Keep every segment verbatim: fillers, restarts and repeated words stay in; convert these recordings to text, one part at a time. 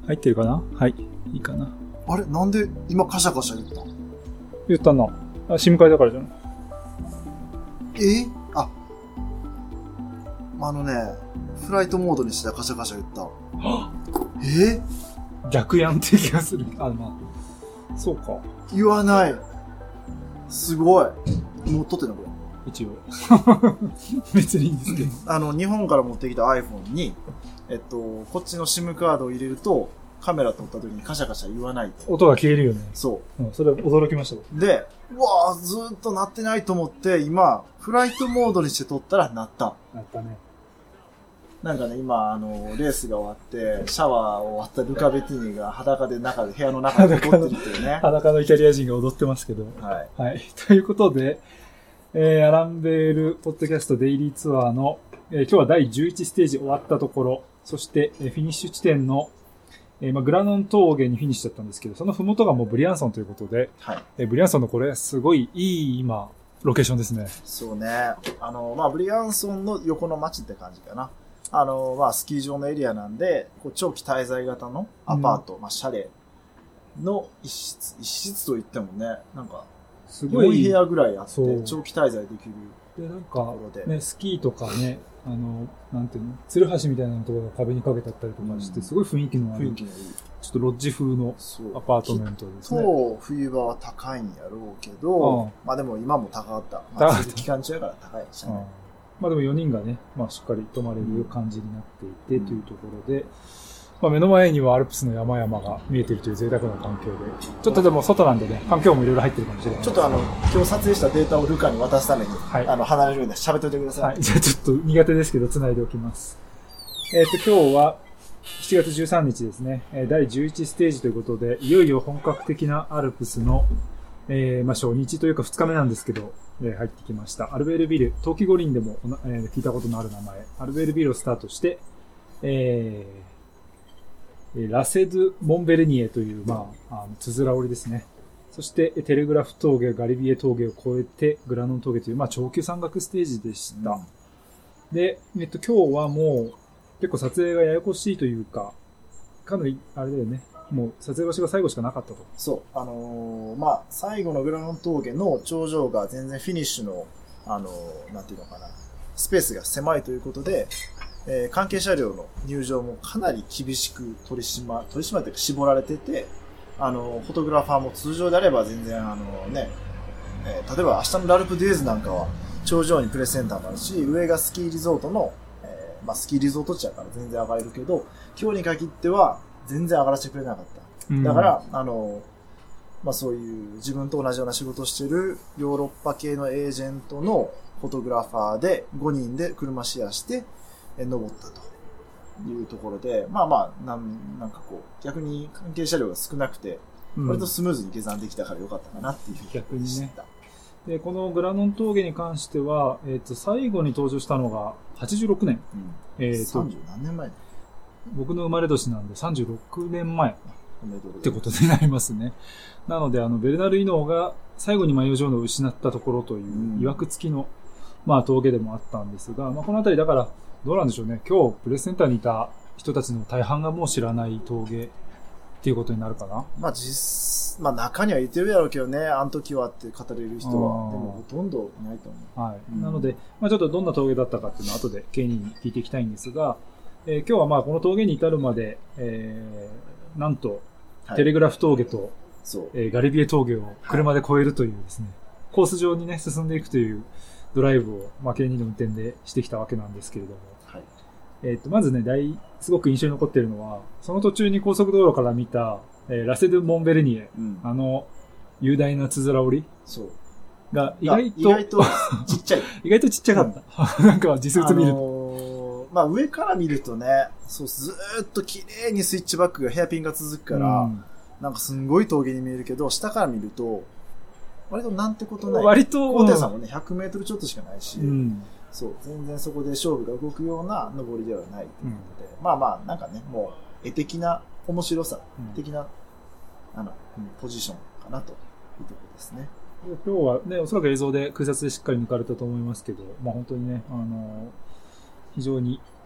入ってるかな？はい。いいかな。 あれなんで今カシャカシャ言ったん？ 言ったな。あ、シム変えだからじゃない？ えあ、あのね、フライトモードにしてカシャカシャ言った。え逆やんって気がする。あ、まあ。そうか。 言わない。すごい。もう撮ってんのこれ。 一応。別にいいんですけど。 あの、日本から持ってきた iPhone に、えっと、こっちの SIM カードを入れると、カメラ撮った時にカシャカシャ言わないと。 音が消えるよね。 そう。 うん、それは驚きました。 で、うわぁ、ずーっと鳴ってないと思って、今、フライトモードにして撮ったら鳴った。 鳴ったね。 なんかね、今、あの、レースが終わって、シャワーを終わったルカ・ベティーニが裸で中で、部屋の中で踊ってるっていうね。 裸のイタリア人が踊ってますけど。 はい。 はい。ということで、えー、アランベールポッドキャストデイリーツアーの、えー、今日はだいじゅういちステージ終わったところ、そして、えー、フィニッシュ地点の、えーまあ、グラノン峠にフィニッシュだったんですけど、その麓がもうブリアンソンということで、 はい。 えー、ブリアンソンのこれ、すごいいい今、ロケーションですね。 そうね。あの、まあ、ブリアンソンの横の街って感じかな。あの、まあ、スキー場のエリアなんで、こう長期滞在型のアパート、うん、まあ、シャレの一室、一室といってもね、なんか、すごいよん部屋ぐらいあって、長期滞在できる。 で、なんか、ね、スキーとかね、あの、なんていうの、ツルハシみたいなところが壁にかけてあったりとかして、うん、すごい雰囲気のある。 雰囲気のいい。 ちょっとロッジ風のアパートメントですね。 そう、冬場は高いんやろうけど、ああまあでも今も高かった。まあ、期間中やから高いしね。 まあでもよにんがね、まあしっかり泊まれる感じになっていて、うん、というところで、まあ目の前にはアルプスの山々が見えているという贅沢な環境で、ちょっとでも外なんでね、環境もいろいろ入ってるかもしれない。 ちょっとあの、今日撮影したデータをルカに渡すために、はい、あの、離れるんで喋っといてください。 はい。じゃあちょっと苦手ですけど、繋いでおきます。えっと、今日はしちがつじゅうさんにちですね、だいじゅういちステージということで、いよいよ本格的なアルプスの、えー、まあ初日というかふつかめなんですけど、えー、入ってきました。アルベールビル、冬季五輪でも、えー、聞いたことのある名前、アルベールビルをスタートして、えー、ラセドゥ・モンベルニエという、まあ、あのつづら折りですね。そして、テレグラフ峠、ガリビエ峠を越えて、グラノン峠という、まあ、長級山岳ステージでした。うん、で、えっと、今日はもう、結構撮影がややこしいというか、かなり、あれだよね。もう撮影場所が最後しかなかったと。 そう。あのー、まあ、最後のグラノン峠の頂上が全然フィニッシュの、あのー、なんていうのかな、スペースが狭いということで、えー、関係車両の入場もかなり厳しく取り締ま、取り締まって絞られてて、あのー、フォトグラファーも通常であれば全然あのね、えー、例えば明日のラルプデュエーズなんかは頂上にプレスセンターもあるし、上がスキーリゾートの、えー、まあ、スキーリゾート地だから全然上がれるけど、今日に限っては、全然上がらせてくれなかった。だから、うん、あの、まあ、そういう自分と同じような仕事をしているヨーロッパ系のエージェントのフォトグラファーでごにんで車シェアして登ったというところで、まあまあ、なん、なんかこう、逆に関係車両が少なくて、割とスムーズに下山できたからよかったかなっていうふうに逆にね。で、このグラノン峠に関しては、えっと、最後に登場したのがはちじゅうろくねん。 うん、えっと、さんじゅう何年前だ？ 僕の生まれ年なんでさんじゅうろくねんまえってことになりますね。なので、あの、ベルナル・イノーが最後に迷い場のを失ったところという、曰く付きの、まあ、峠でもあったんですが、まあ、このあたりだから、どうなんでしょうね。今日、プレスセンターにいた人たちの大半がもう知らない峠っていうことになるかな。 まあ、実、まあ、中には言ってるやろうけどね、あの時はって語れる人は、でもほとんどいないと思う。 はい。うん、なので、まあ、ちょっとどんな峠だったかっていうのは後でケニーに聞いていきたいんですが、えー、今日はまあこの峠に至るまで、えー、なんと、はい、テレグラフ峠と、そうえー、ガリビエ峠を車で越えるというですね、はい、コース上にね、進んでいくというドライブを、まあ、ケニーの運転でしてきたわけなんですけれども、はい、えっと、まずね、大、すごく印象に残っているのは、その途中に高速道路から見た、えー、ラセドゥ・モンベルニエ、うん、あの、雄大なつづら折りそうが意外と、 意外とちっちゃい。 意外とちっちゃかった。うん、なんか実物見ると。あのーまあ上から見るとね、そうずーっと綺麗にスイッチバックがヘアピンが続くから、うん、なんかすんごい峠に見えるけど、下から見ると、割となんてことない。 割と。 高低差もね、ひゃくメートルちょっとしかないし、うん、そう、全然そこで勝負が動くような登りではないということで、うん、まあまあ、なんかね、もう絵的な面白さ、的な、あの、ポジションかなというところですね。 今日はね、おそらく映像で空撮でしっかり抜かれたと思いますけど、まあ本当にね、あの、非常に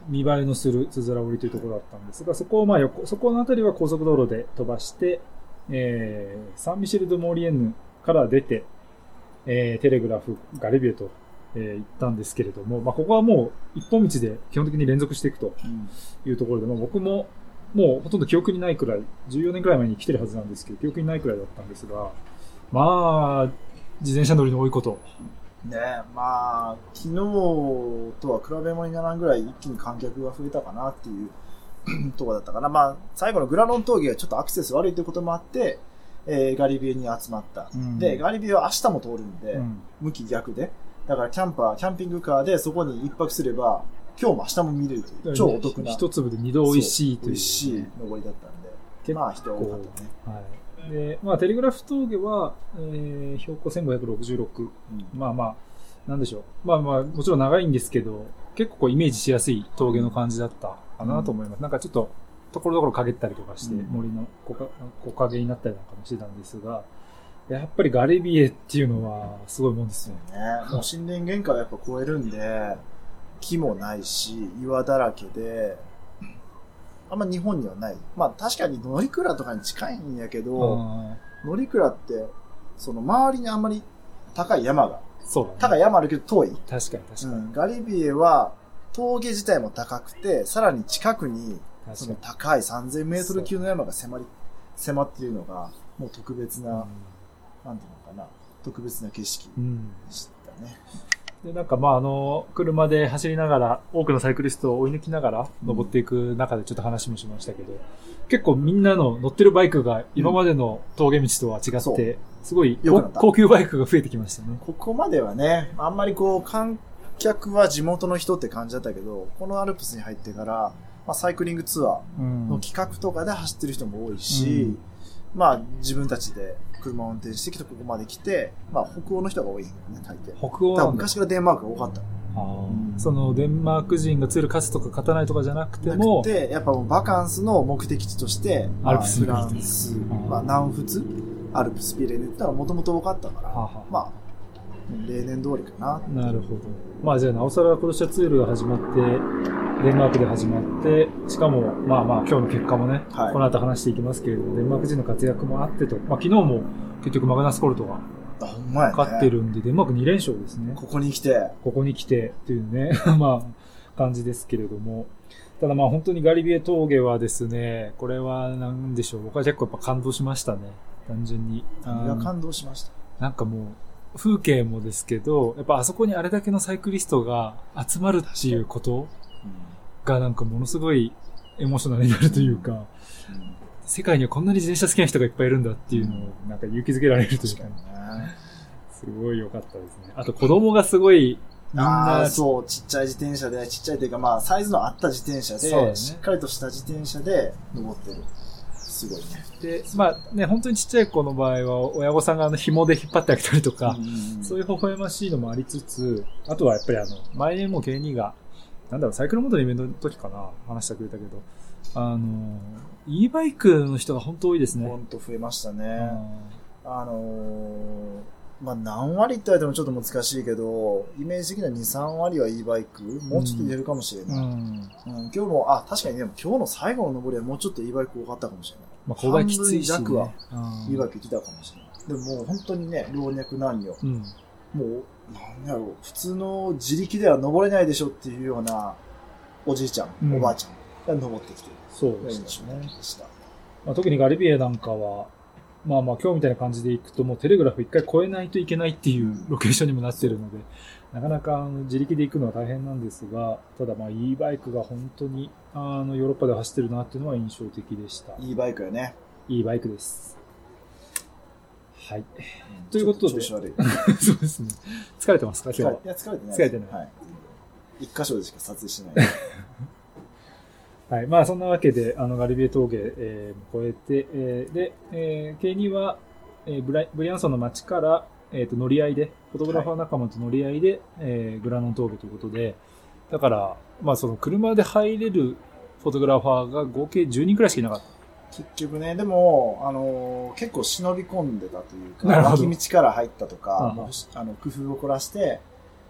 見栄えのするつづら折りというところだったんですが、そこをまあ横、そこのあたりは高速道路で飛ばして、えー、サンミシェル・ド・モーリエンヌから出て、えー、テレグラフ、ガリビエと、えー、行ったんですけれども、まあ、ここはもう一本道で基本的に連続していくというところで、まあ、僕ももうほとんど記憶にないくらい、じゅうよねんくらい前に来てるはずなんですけど、記憶にないくらいだったんですが、まあ、自転車乗りの多いこと。 ねえ、まあ、昨日とは比べ物にならんぐらい一気に観客が増えたかなっていうところだったかな。まあ、最後のグラノン峠がちょっとアクセス悪いということもあって、えー、ガリビエに集まった。うん、で、ガリビエは明日も通るんで、うん、向き逆で。だからキャンパー、キャンピングカーでそこに一泊すれば、今日も明日も見れるという、超お得な。 一粒で二度美味しいという、ね。 美味しい登りだったんで。まあ、人が多かったね。 はい。で、まあ、テレグラフ峠は、えー、標高せんごひゃくろくじゅうろく。うん、まあまあ、なんでしょう。まあまあ、もちろん長いんですけど、結構こうイメージしやすい峠の感じだったかなと思います。うん、なんかちょっと、ところどころ陰ったりとかして、うん、森の木陰になったりなんかもしてたんですが、やっぱりガリビエっていうのはすごいもんですよね。もう森林限界をやっぱ超えるんで、木もないし、岩だらけで、あんま日本にはない。まあ確かに乗鞍とかに近いんやけど、乗鞍って、その周りにあんまり高い山が、 そうだね、 高い山あるけど遠い。 確かに確かに。うん、 ガリビエは峠自体も高くて、さらに近くにその高いさんぜんメートル級の山が迫り、迫っているのが、もう特別な、うん、なんていうのかな、特別な景色でしたね。 うん、で、なんかまああの、車で走りながら、多くのサイクリストを追い抜きながら登っていく中でちょっと話もしましたけど、うん、結構みんなの乗ってるバイクが今までの峠道とは違って、うん、すごい高級バイクが増えてきましたね。 ここまではね、あんまりこう観客は地元の人って感じだったけど、このアルプスに入ってから、まあ、サイクリングツアーの企画とかで走ってる人も多いし、うん、まあ自分たちで車を運転してきてここまで来て、まあ北欧の人が多いよね、大抵。 北欧なんだ。 昔からデンマークが多かった。 あうん、そのデンマーク人が釣る勝つとか勝たないとかじゃなくても、 でやっぱもうバカンスの目的地として、 アルプスフランス、まあ南仏、アルプスピレネってのはもともと多かったから、ははまあ例年通りかな。 なるほど。まあじゃあなおさら今年はツールが始まって、デンマークで始まって、しかもまあまあ今日の結果もね、はい、この後話していきますけれども、デンマーク人の活躍もあってと、まあ昨日も結局マグナスコルトが勝ってるんで、デンマークに連勝ですね。 ここに来て。 ここに来てっていうね、まあ感じですけれども。ただまあ本当にガリビエ峠はですね、これはなんでしょう、僕は結構やっぱ感動しましたね。単純に。 何が感動しました？ なんかもう、風景もですけど、やっぱあそこにあれだけのサイクリストが集まるっていうことがなんかものすごいエモーショナルになるというか、うん、世界にはこんなに自転車好きな人がいっぱいいるんだっていうのをなんか勇気づけられるというか、すごい良かったですね。あと子供がすごいみんな、 そう、ちっちゃい自転車で、ちっちゃいというかまあサイズのあった自転車で、ね、しっかりとした自転車で登ってる。すごいね。 で、まあね、本当にちっちゃい子の場合は、親御さんがあの紐で引っ張ってあげたりとか、うんうん、そういう微笑ましいのもありつつ、あとはやっぱりあの、前にもケーニーが、なんだろう、サイクルモードのイベントの時かな、話してくれたけど、あの、e バイクの人が本当多いですね。 本当増えましたね。あのー、まあ何割って言われてもちょっと難しいけど、イメージ的にはに、さん割は e バイク、もうちょっと入れるかもしれない。うんうん、今日も、あ、確かにでも今日の最後の登りはもうちょっと e バイク多かったかもしれない。 まあ、勾配きついし、ね。 半分弱は e バイク来たかもしれない。でももう本当にね、老若男女。うん、もう、なんだろう、普通の自力では登れないでしょっていうようなおじいちゃん、うん、おばあちゃんが登ってきてる。 そうですね。まあ、特にガリビエなんかは、まあまあ今日みたいな感じで行くともうテレグラフ一回越えないといけないっていうロケーションにもなっているので、なかなか自力で行くのは大変なんですが、ただまあ e バイクが本当にあのヨーロッパで走ってるなっていうのは印象的でした。 e バイクよね。 e バイクです。はい。うん、ということで。 調子悪い。 そうですね。疲れてますか今日は。いや、疲れてない。 疲れてない。 はい。一箇所でしか撮影しない。 はい。まあ、そんなわけで、あの、ガリビエ峠、えー、越えて、えー、で、えー、ケーニーは、えー、ブライ、ブリアンソンの街から、えっと、乗り合いで、フォトグラファー仲間と乗り合いで、はい、えー、グラノン峠ということで、だから、まあ、その、車で入れるフォトグラファーが合計じゅうにんくらいしかいなかった。 結局ね、でも、あのー、結構忍び込んでたというか、脇道から入ったとか、もうあの工夫を凝らして、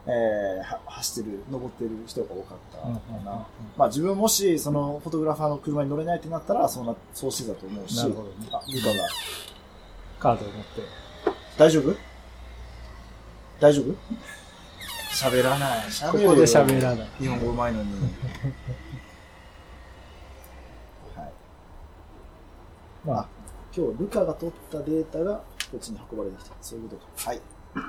えー、は走ってる、登ってる人が多かったかな。 うんうんうん、 まあ自分もし、そのフォトグラファーの車に乗れないってなったら、そうな、そうしてたと思うし。 なるほどね。 あ、ルカが。 カードを持って。 大丈夫大丈夫喋らない。 喋る。ここで喋らない。 日本語うまいのに。はい。まあ、今日ルカが取ったデータがこっちに運ばれてきた。そういうことか。はい。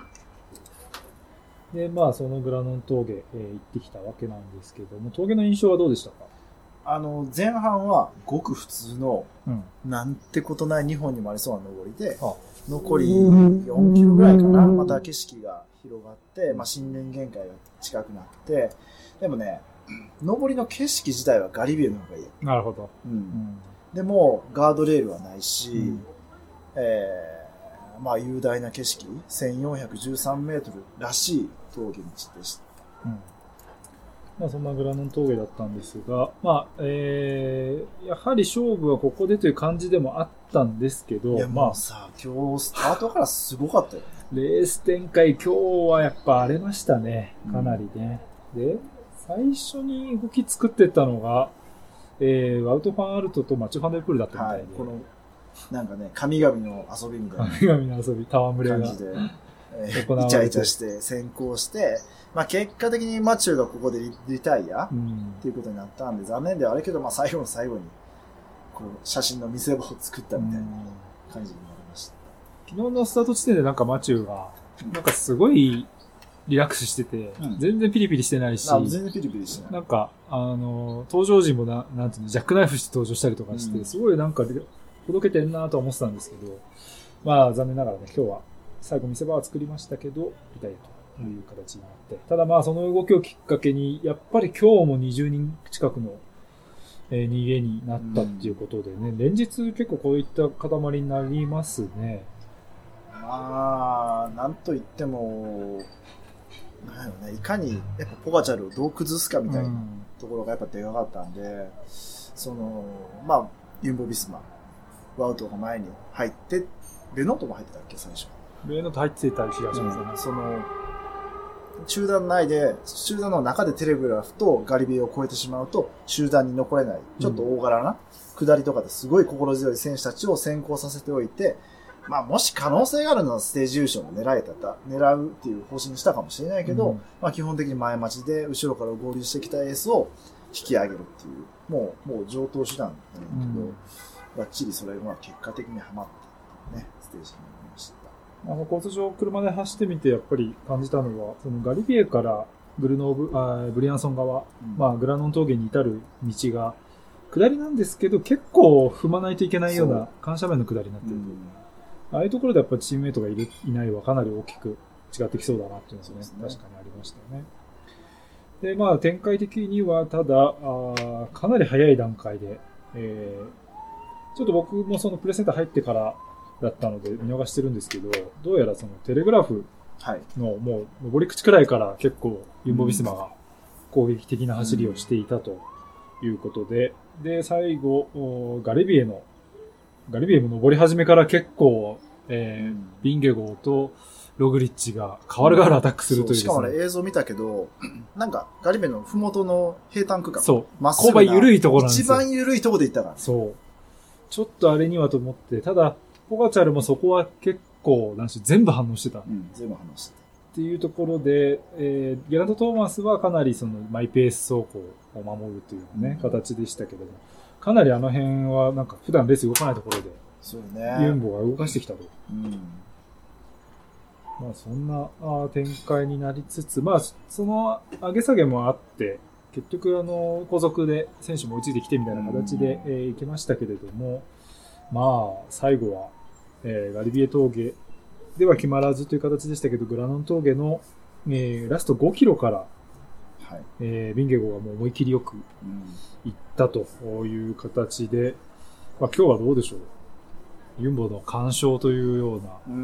で、まあ、そのグラノン峠、えー、行ってきたわけなんですけども、峠の印象はどうでしたか？ あの、前半はごく普通の、 うん、 なんてことない日本にもありそうな登りで、 あ残りよんキロぐらいかな。また景色が広がって、まあ、森林限界が近くなって、でもね、登りの景色自体はガリビエの方がいい。 なるほど。 うんうん、でも、ガードレールはないし、うん、えー、まあ、雄大な景色、せんよんひゃくじゅうさんメートルらしい峠道でした。 うん、まあ、そんなグラノン峠だったんですが、まあ、えー、やはり勝負はここでという感じでもあったんですけど、 いや、まあさ、今日スタートからすごかったよね。 レース展開、今日はやっぱ荒れましたね。かなりね。うん、で、最初に動き作ってったのが、えー、ワウト・ファン・アルトとマチュ・ファン・デル・プールだったみたいで。はい、 この、なんかね、神々の遊びみたいな。 神々の遊び、戯れが。 感じで。えー、イチャイチャして先行して、まあ結果的にマチューがここで リ, リタイア、うん、っていうことになったんで残念ではあるけど、まあ最後の最後にこう写真の見せ場を作ったみたいな感じになりました。 うん、昨日のスタート地点でなんかマチューがなんかすごいリラックスしてて、うん、全然ピリピリしてないし、 全然ピリピリしてない。 なんかあの登場時もななんていうのジャックナイフして登場したりとかして、うん、すごいなんかほどけてんなとは思ってたんですけど、まあ残念ながらね今日は最後見せ場は作りましたけど、リタイアという形になって。ただまあその動きをきっかけに、やっぱり今日もにじゅうにん近くの、えー、逃げになったっていうことでね、うん、連日結構こういった塊になりますね。 まあ、なんといっても、なんやろね、いかにやっぱポガチャルをどう崩すかみたいなところがやっぱでかかったんで、うん、その、まあ、ユンボビスマ、ワウトが前に入って、ベノートも入ってたっけ、最初。 ベノート入ってたりしますね、 うん。その、集団内で、集団の中でテレグラフとガリビエを超えてしまうと、集団に残れない、ちょっと大柄な、うん、下りとかですごい心強い選手たちを先行させておいて、まあもし可能性があるのはステージ優勝も狙えたた、狙うっていう方針にしたかもしれないけど、うん、まあ基本的に前待ちで後ろから合流してきたエースを引き上げるっていう、もう、もう上等手段なんだけど、うん、バッチリそれが結果的にはまったね、ステージになりました。 あの、コース上車で走ってみてやっぱり感じたのは、そのガリビエからグルノーブ、あブリアンソン側、うん、まあグラノン峠に至る道が、下りなんですけど結構踏まないといけないような緩斜面の下りになってると、うん、ああいうところでやっぱりチームメイトがいる、いないはかなり大きく違ってきそうだなっていうのがね、ね確かにありましたね。で、まあ展開的にはただ、あかなり早い段階で、えー、ちょっと僕もそのプレセンター入ってからだったので見逃してるんですけど、どうやらそのテレグラフのもう上り口くらいから結構ユンボビスマが攻撃的な走りをしていたということで、で、最後、ガリビエの、ガリビエも上り始めから結構、えーうん、ビンゲゴーとログリッチが変わる変わるアタックするというですね。 しかもね、映像見たけど、なんかガリビエのふもとの平坦区間。 そう。まっすぐな。勾配緩いところなんですよ。 一番緩いところで行ったから、ね。 そう。ちょっとあれにはと思って、ただ、ポガチャルもそこは結構、なんし全部反応してた。 うん、全部反応してた。 っていうところで、えー、ゲラント・トーマスはかなりそのマイペース走行を守るというね、うん、形でしたけども、かなりあの辺はなんか普段レース動かないところで、 そうね。 ユンボが動かしてきたと。 うん。 まあそんなあ展開になりつつ、まあその上げ下げもあって、結局あの後続で選手も追いついてきてみたいな形で、うん、えー、行きましたけれども、まあ最後は、えー、ガリビエ峠では決まらずという形でしたけど、グラノン峠の、えー、ラストごキロから、 はい、 えー、ビンゲゴがもう思い切りよく行ったという形で、まあ、今日はどうでしょう、ユンボの完勝というような。 うん、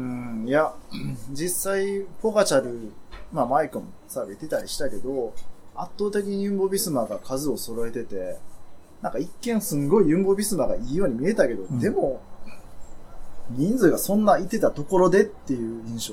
いや、実際、ポガチャル、まあマイクもさ、言ってたりしたけど、圧倒的にユンボビスマが数を揃えてて、なんか一見すんごいユンボビスマがいいように見えたけど、うん、でも、人数がそんないてたところでっていう印象やった。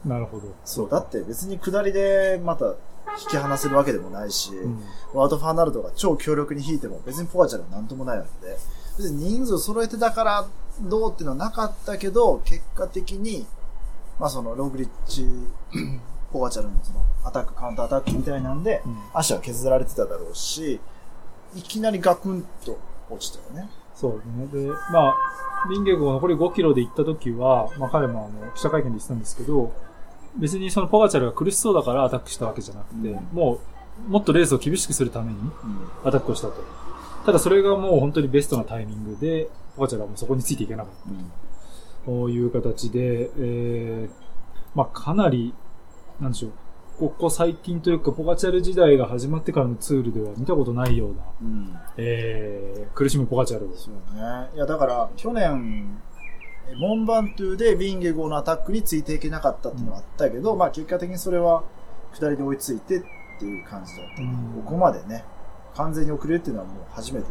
なるほど。 そう、だって別に下りでまた引き離せるわけでもないし、うん、ワード・ファーナルドが超強力に引いても別にポガチャルはなんともないわけで、別に人数を揃えてたからどうっていうのはなかったけど、結果的に、まあそのログリッチ、ポガチャルのそのアタック、カウンターアタックみたいなんで、うん、足は削られてただろうし、いきなりガクンと落ちたよね。 そうね。で、まあ、ビンゲゴが残りごキロで行った時は、まあ彼もあの、記者会見で言ってたんですけど、別にそのポガチャルが苦しそうだからアタックしたわけじゃなくて、うん、もう、もっとレースを厳しくするためにアタックをしたと。ただそれがもう本当にベストなタイミングで、ポガチャルはもうそこについていけなかったと、うん、いう形で、えー、まあかなり、なんでしょう、ここ最近というか、ポガチャル時代が始まってからのツールでは見たことないような、うん、えー、苦しむポガチャル。 そうね。いや、だから、去年、モンバントゥでビンゲゴのアタックについていけなかったっていうのはあったけど、うん、まあ結果的にそれは下りで追いついてっていう感じだった。うん、ここまでね、完全に遅れるっていうのはもう初めてだ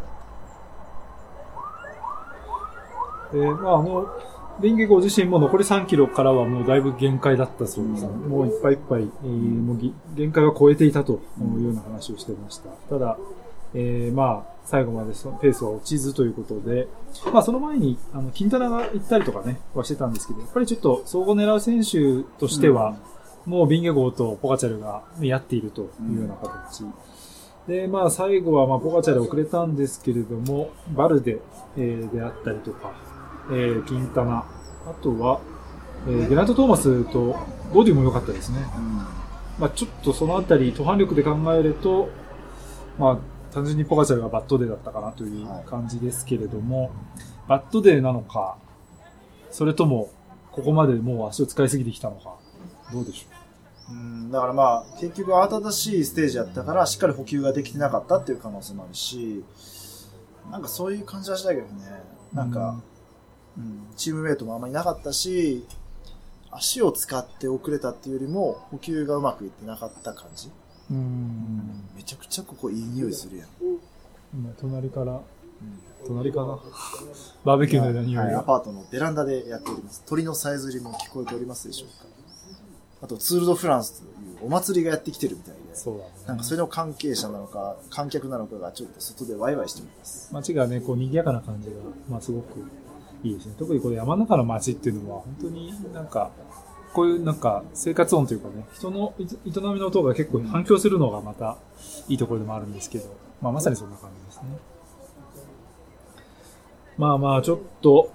った。えー、まああの、ビンゲゴ自身も残りさんキロからはもうだいぶ限界だったそうです。うん、もういっぱいいっぱい、えー、もう限界は超えていたというような話をしていました。ただ、えー、まあ、最後までそのペースは落ちずということで、まあその前に、あの、キンタナが行ったりとかね、はしてたんですけど、やっぱりちょっと総合狙う選手としては、うん、もうビンゲゴとポガチャルがやっているというような形。うん、で、まあ最後はまあポガチャル遅れたんですけれども、バルデ、えー、であったりとか、えー、キンタナ、あとは、えー、ゲラント・トーマスとボディも良かったですね。うん、まあちょっとそのあたり、途半力で考えると、まあ単純にポガチャルがバッドデーだったかなという感じですけれども、はい、バッドデーなのか、それとも、ここまでもう足を使いすぎてきたのか、どうでしょう。 うん、だからまあ、結局慌ただしいステージやったから、しっかり補給ができてなかったっていう可能性もあるし、なんかそういう感じはしたけどね、なんか、うんうん、チームメイトもあんまりなかったし、足を使って遅れたっていうよりも、補給がうまくいってなかった感じ。うん、めちゃくちゃここいい匂いするやん。 今隣から、うん、隣かなバーベキューのような匂いが、はい、 アパートのベランダでやっております。鳥のさえずりも聞こえておりますでしょうか。あとツール・ド・フランスというお祭りがやってきてるみたいで、そうだね、なんかそれの関係者なのか観客なのかがちょっと外でワイワイしております。 街がねこう賑やかな感じが、まあ、すごくいいですね。特にこれ山の中の街っていうのは本当になんかこういうなんか生活音というかね、人の営みの音が結構反響するのがまたいいところでもあるんですけど、まあまさにそんな感じですね。まあまあちょっと、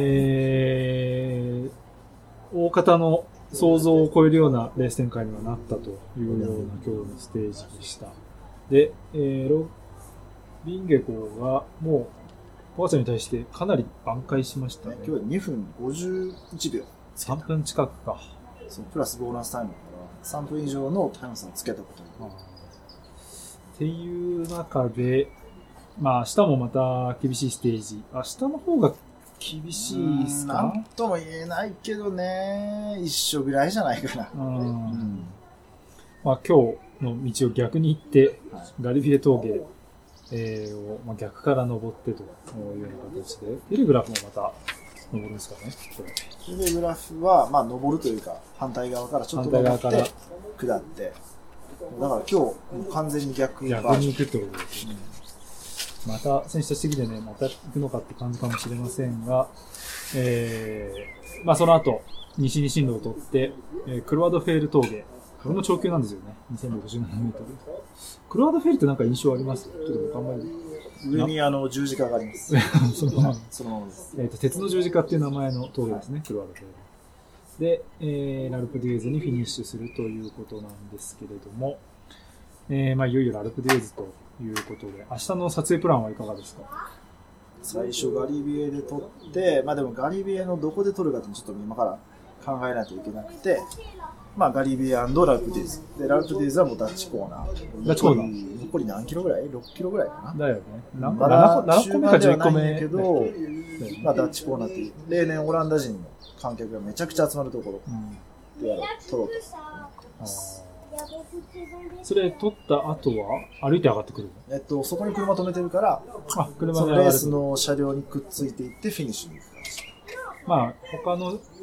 えー、大方の想像を超えるようなレース展開にはなったというような今日のステージでした。で、えー、ロビンゲコがもうポガチャに対してかなり挽回しましたね。 今日はにふんごじゅういちびょう。 さんぷん近くか。 そう、プラスボーナスタイムだからさんぷん以上のタイム差をつけたことになる。 っていう中で、まあ明日もまた厳しいステージ。明日の方が厳しいですか？ なんとも言えないけどね、一緒ぐらいじゃないかな。うん。うん、 まあ今日の道を逆に行って、はい、ガリビエ峠、えー、を、まあ、逆から登ってというような形で、テレグラフもまた登るんですかね。 テレグラフは、まあ登るというか、反対側からちょっと登って、下って、だから今日、もう完全に逆逆に行くってことですね。うん、また、選手たち的でね、また行くのかって感じかもしれませんが、えー、まあその後、西に進路を取って、えー、クロワードフェール峠。これも長級なんですよね。にせんろくじゅうななメートル。クロワードフェールってなんか印象あります？ちょっと考える。 上にあの十字架があります。 そのまま。 そのままです。 えっと、鉄の十字架っていう名前の峠ですね、はい、クロワードフェール。で、えー、ラルプデュエーズにフィニッシュするということなんですけれども、えー、まあいよいよラルプデュエーズということで、明日の撮影プランはいかがですか？ 最初ガリビエで撮って、まあでもガリビエのどこで撮るかってちょっと今から考えないといけなくて、まあガリビエ&ラルプデュエーズ。で、ラルプデュエーズはもうダッチコーナー。 ダッチコーナー残り何キロぐらい ?ろっ キロぐらいかな。 だよね。 なんかななこめかじゅっこめ。けど、まあダッチコーナーっていう、例年オランダ人の観客がめちゃくちゃ集まるところでやろう、撮ろうと思ってます。 それ撮った後は歩いて上がってくるの？えっと、そこに車止めてるから、 あ、車でレースの車両にくっついていってフィニッシュに行く感じ。 まあ、他の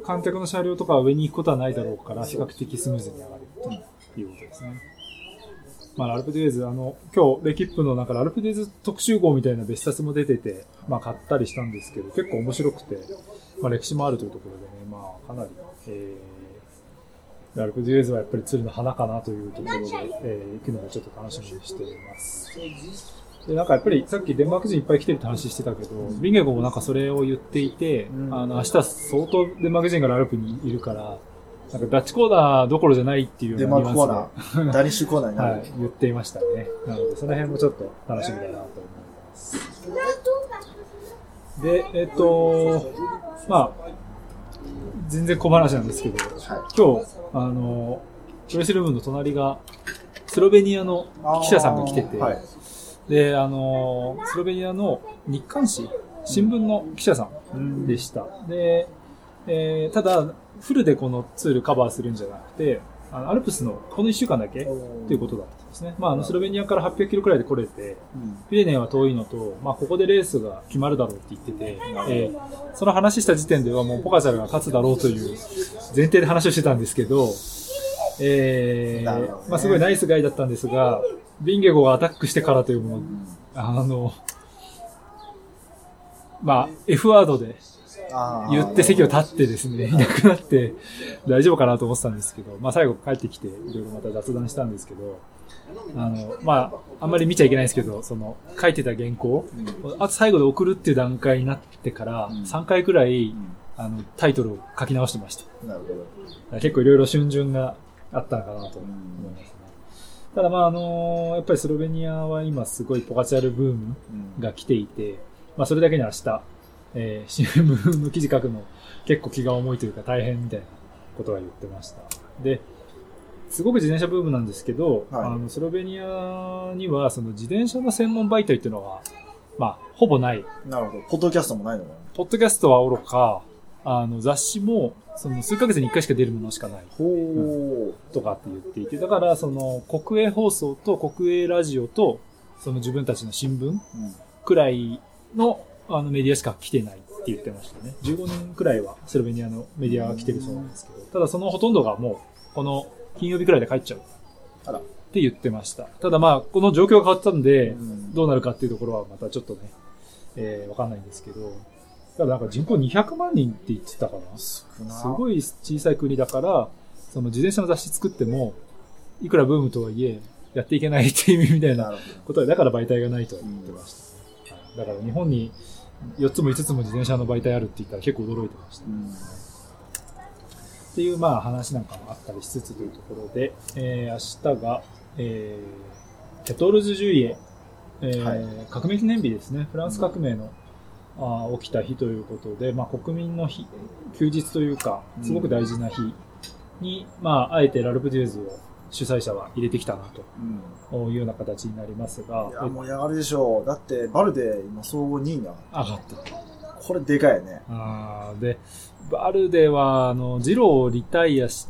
観客の車両とかは上に行くことはないだろうから、比較的スムーズに上がるということですね。まあ、ラルプデュエーズ、あの、今日、レキップのなんかラルプデュエーズ特集号みたいな別冊も出てて、まあ、買ったりしたんですけど、結構面白くて、まあ、歴史もあるというところでね、まあ、かなり、えー、ラルプデュエーズはやっぱり鶴の花かなというところで、えー、行くのでちょっと楽しみにしています。で、なんかやっぱりさっきデンマーク人いっぱい来てるって話してたけど、ビンゲゴもなんかそれを言っていて、うん、あの、明日相当デンマーク人がラルプにいるから、なんかダッチコーナーどころじゃないっていうようなニュアンスで、デンマークコーナー、ダニッシュコーナーになる、はい、言っていましたね。なので、その辺もちょっと楽しみだなと思います。で、えっと、まあ、全然小話なんですけど、はい、今日、あの、プレスルームの隣が、スロベニアの記者さんが来てて、はい、で、あの、スロベニアの日刊紙、新聞の記者さんでした。うん、で、えー、ただ、フルでこのツールカバーするんじゃなくて、あのアルプスのこのいっしゅうかんだけということだったんですね。まあ、あの、スロベニアからはっぴゃくキロくらいで来れて、うん、ピレネーは遠いのと、まあ、ここでレースが決まるだろうって言ってて、えー、その話した時点ではもうポガチャルが勝つだろうという前提で話をしてたんですけど、えー、ね、まあ、すごいナイスガイだったんですが、ビンゲゴがアタックしてからというもの、あの、まあ、F ワードで言って席を立ってですね、いなくなって大丈夫かなと思ってたんですけど、まあ最後帰ってきていろいろまた雑談したんですけど、あの、まあ、あんまり見ちゃいけないんですけど、その、書いてた原稿、うん、あと最後で送るっていう段階になってからさんかいくらい、うん、あの、タイトルを書き直してました。なるほど。結構いろいろ春巡があったのかなと思いますね。うん、ただまああのー、やっぱりスロベニアは今すごいポガチャルブームが来ていて、まあそれだけに明日、えー、新聞の記事書くの結構気が重いというか大変みたいなことは言ってました。で、すごく自転車ブームなんですけど、はい、あのスロベニアにはその自転車の専門媒体っていうのは、まあほぼない。 なるほど。ポッドキャストもないのかな。 ポッドキャストはおろか、あの雑誌もその数ヶ月にいっかいしか出るものしかない。ほう、うん、とかって言っていて、だからその国営放送と国営ラジオとその自分たちの新聞くらいのあのメディアしか来てないって言ってましたね。じゅうごにんくらいはスロベニアのメディアが来てるそうなんですけど、ただそのほとんどがもうこの金曜日くらいで帰っちゃうって言ってました。ただまあこの状況が変わったんでどうなるかっていうところはまたちょっとね、えー、わかんないんですけど、ただなんか人口にひゃくまんにんって言ってたかな。すごい小さい国だから、その自転車の雑誌作ってもいくらブームとはいえやっていけないっていう意味みたいなことで、だから媒体がないとは言ってました。うん、だから日本によっつもいつつも自転車の媒体あるって言ったら結構驚いてました。うん、っていうまあ話なんかもあったりしつつというところで、えー、明日が、えー、ケトルズ・ジュイエ、えーはい、革命記念日ですね。フランス革命の、うん、あ起きた日ということで、まあ、国民の日、休日というか、すごく大事な日に、うん、まあ、あえてラルプデュエーズを主催者は入れてきたなというような形になりますが。 いや、もうやがるでしょう。だって、バルデ今総合にいに上がった。 上がった。 これでかいよね。 あで、バルデは、あの、ジローをリタイアして、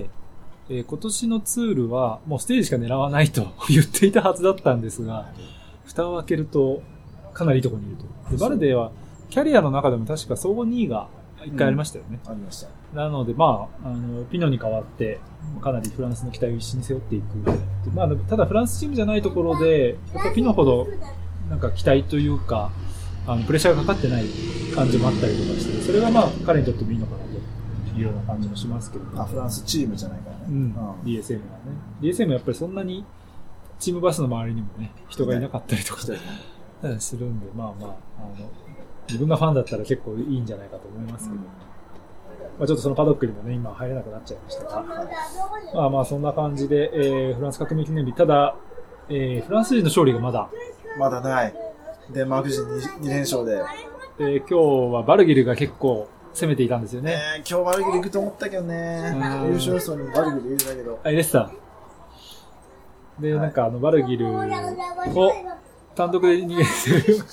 えー、今年のツールはもうステージしか狙わないと言っていたはずだったんですが、蓋を開けるとかなりいいところにいると。で、バルデはキャリアの中でも確か総合にいがいっかいありましたよね。 うん、ありました。 なので、まあ、あの、ピノに代わって、かなりフランスの期待を一緒に背負っていく。まあ、ただフランスチームじゃないところで、やっぱピノほど、なんか期待というか、あの、プレッシャーがかかってない感じもあったりとかして、それがまあ、彼にとってもいいのかなというような感じもしますけど、ね。 あ、フランスチームじゃないからね。 うん。ディーエスエム がね。ディーエスエム やっぱりそんなに、チームバスの周りにもね、人がいなかったりとか、ね、するんで、まあまあ、あの、自分がファンだったら結構いいんじゃないかと思いますけど、うん、まあ、ちょっとそのパドックにもね、今入れなくなっちゃいましたが、まあまあそんな感じで、えー、フランス革命記念日、ただ、えー、フランス人の勝利がまだ、 まだない。デンマーク人 2, に連勝で。 えー、今日はバルギルが結構攻めていたんですよね。 えー、今日バルギル行くと思ったけどね。優勝予想にバルギル入れたけど。 あ、入れてた。で、はい、なんかあのバルギルを単独で逃げてる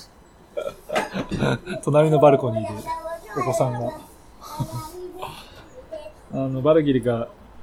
隣のバルコニーでお子さんがあのバルギルが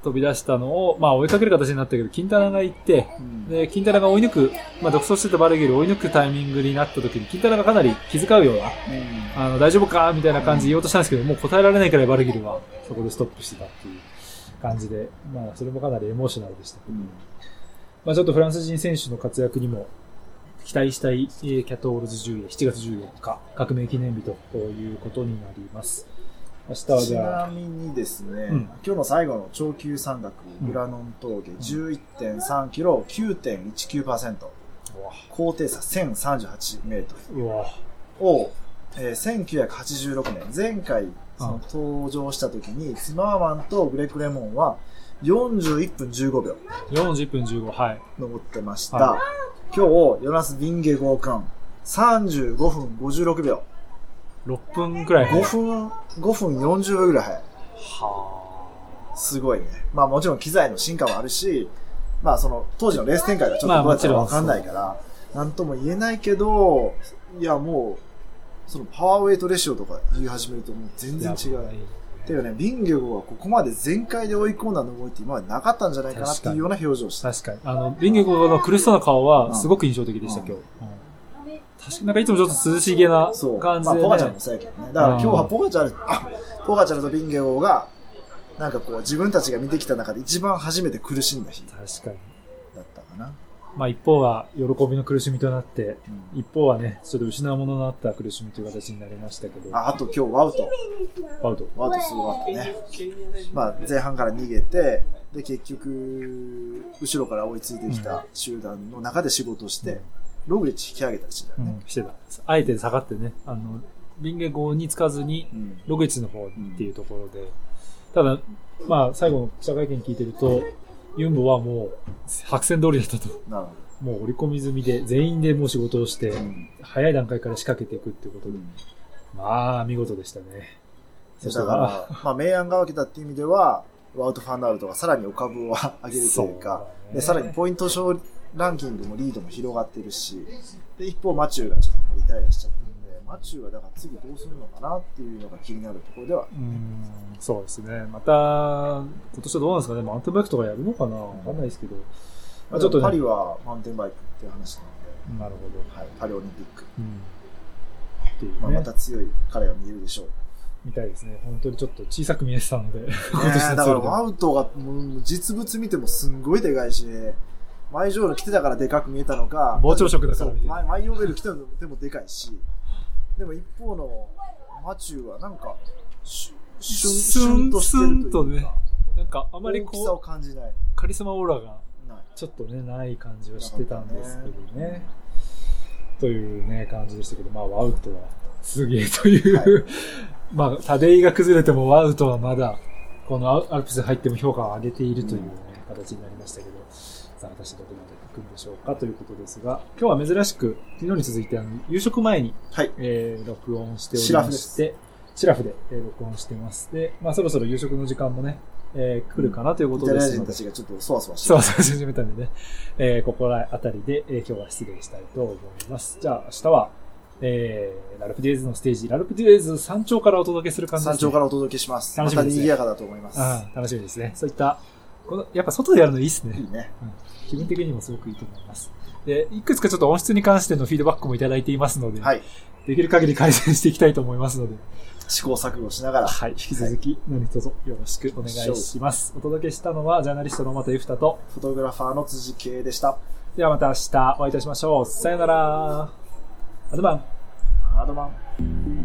飛び出したのを、まあ追いかける形になったけど、キンタナが行って、うん、で、キンタナが追い抜く、まあ独走してたバルギルを追い抜くタイミングになった時に、キンタナがかなり気遣うような、うん、あの、大丈夫かみたいな感じで言おうとしたんですけど、もう答えられないくらいバルギルはそこでストップしてたっていう感じで、まあそれもかなりエモーショナルでしたけど、うん、まあちょっとフランス人選手の活躍にも期待したい、キャトールズじゅうえい、しちがつじゅうよっか、革命記念日ということになります。明日はじゃあ。 ちなみにですね、うん、今日の最後の長級山岳、グラノン峠 じゅういってんさんキロ、きゅうてんいちきゅうパーセント、高低差せんさんじゅうはちメートルを、えー、せんきゅうひゃくはちじゅうろくねん、前回その登場した時に、ツィマーマンとグレッグ・レモンはよんじゅういっぷんじゅうごびょう。 よんじゅういっぷんじゅうご、はい。 登ってました。はい、今日、ヨナス・ビンゲゴー君、さんじゅうごふんごじゅうろくびょう。 ろっぷんくらい。 ごふん、ごふんよんじゅうびょうぐらい早い。 はあ。すごいね。まあもちろん機材の進化もあるし、まあその当時のレース展開がちょっとどうやったかわかんないから、なんとも言えないけど、いやもう、そのパワーウェイトレシオとか言い始めるともう全然違う。ていうね、ビンゲゴはここまで全開で追い込んだの動いて今までなかったんじゃないかなっていうような表情をして確かに。あの、ビンゲゴの苦しそうな顔はすごく印象的でした、うん、今日。うん確かになんかいつもちょっと涼しげな感じで、ね。 まあ、ポガチャルもそうやけどね。だから今日はポガチャル、あ、ポガチャルとビンゲゴが、なんかこう自分たちが見てきた中で一番初めて苦しんだ日。 確かに。 だったかな。 まあ一方は喜びの苦しみとなって、うん、一方はね、ちょっと失うもののあった苦しみという形になりましたけど。 あ、あと今日ワウト。 ワウト。 ワウトすごかったね。まあ前半から逃げて、で結局、後ろから追いついてきた集団の中で仕事をして、うんログリッチ引き上げたりしてたよね、 うん。してた。あえて下がってね、あの、ビンゲゴにつかずに、うん、ログリッチの方っていうところで。うん、ただ、まあ、最後の記者会見聞いてると、ユンボはもう、白線通りだったと。 なるほど。もう折り込み済みで、全員でもう仕事をして、うん、早い段階から仕掛けていくっていうことで。うん、まあ、見事でしたね。 だから、まあ、明暗が分けたっていう意味では、ワウト・ファン・アウトがさらにお株を上げるというか、うね、でさらにポイント勝利、ランキングもリードも広がってるし、で、一方マチューがちょっとリタイアしちゃってるんで、マチューはだから次どうするのかなっていうのが気になるところでは。 うーん、そうですね。また、今年はどうなんですかね、マウンテンバイクとかやるのかなわかんないですけど。 まあ、ちょっと、ね、パリはマウンテンバイクっていう話なので。 なるほど。 はい、パリオリンピック。 うん。 っていうね、まあ、また強い彼が見えるでしょう。 みたいですね。本当にちょっと小さく見えてたので。ね、 だからマウトがもう実物見てもすんごいでかいし、マイジョール着てたからでかく見えたのか、 膨張色だからみたいな。 マイ、マイオベル着ててもでかいし、でも一方のマチューはなんか、シュン、シュンとしてるというか、 なんかあまりこう、 大きさを感じない。 カリスマオーラが、ちょっとね、ない感じはしてたんですけどね。ねというね、感じでしたけど、まあ、ワウトはすげえという、はい、まあ、タデイが崩れてもワウトはまだ、このアルプス入っても評価を上げているという、ね、うん、形になりましたけど、さあ、果たしてどこまで行くんでしょうかということですが、今日は珍しく、昨日に続いて、あの、夕食前に、 はい、 えー、録音しておりまして、シラフで、えー、録音してます。で、まあ、そろそろ夕食の時間もね、えー、来るかなということですので、イタリア人たちがちょっとそわそわして、 そわそわし始めたんでね、えー、ここらあたりで、えー、今日は失礼したいと思います。じゃあ、明日は、えー、ラルプディエーズのステージ、ラルプディエーズ山頂からお届けする感じですね。 山頂からお届けします。 楽しみですね。 また賑やかだと思います。 ああ、楽しみですね。そういった、この、やっぱ外でやるのいいですね。 いいね、 うん。気分的にもすごくいいと思います。で、いくつかちょっと音質に関してのフィードバックもいただいていますので、 はい。 できる限り改善していきたいと思いますので、 試行錯誤しながら、 はい、引き続き何卒よろしくお願いします。はい、お届けしたのはジャーナリストの又由太とフォトグラファーの辻圭でした。 ではまた明日お会いいたしましょう。さよなら。アドバン。 アドバン。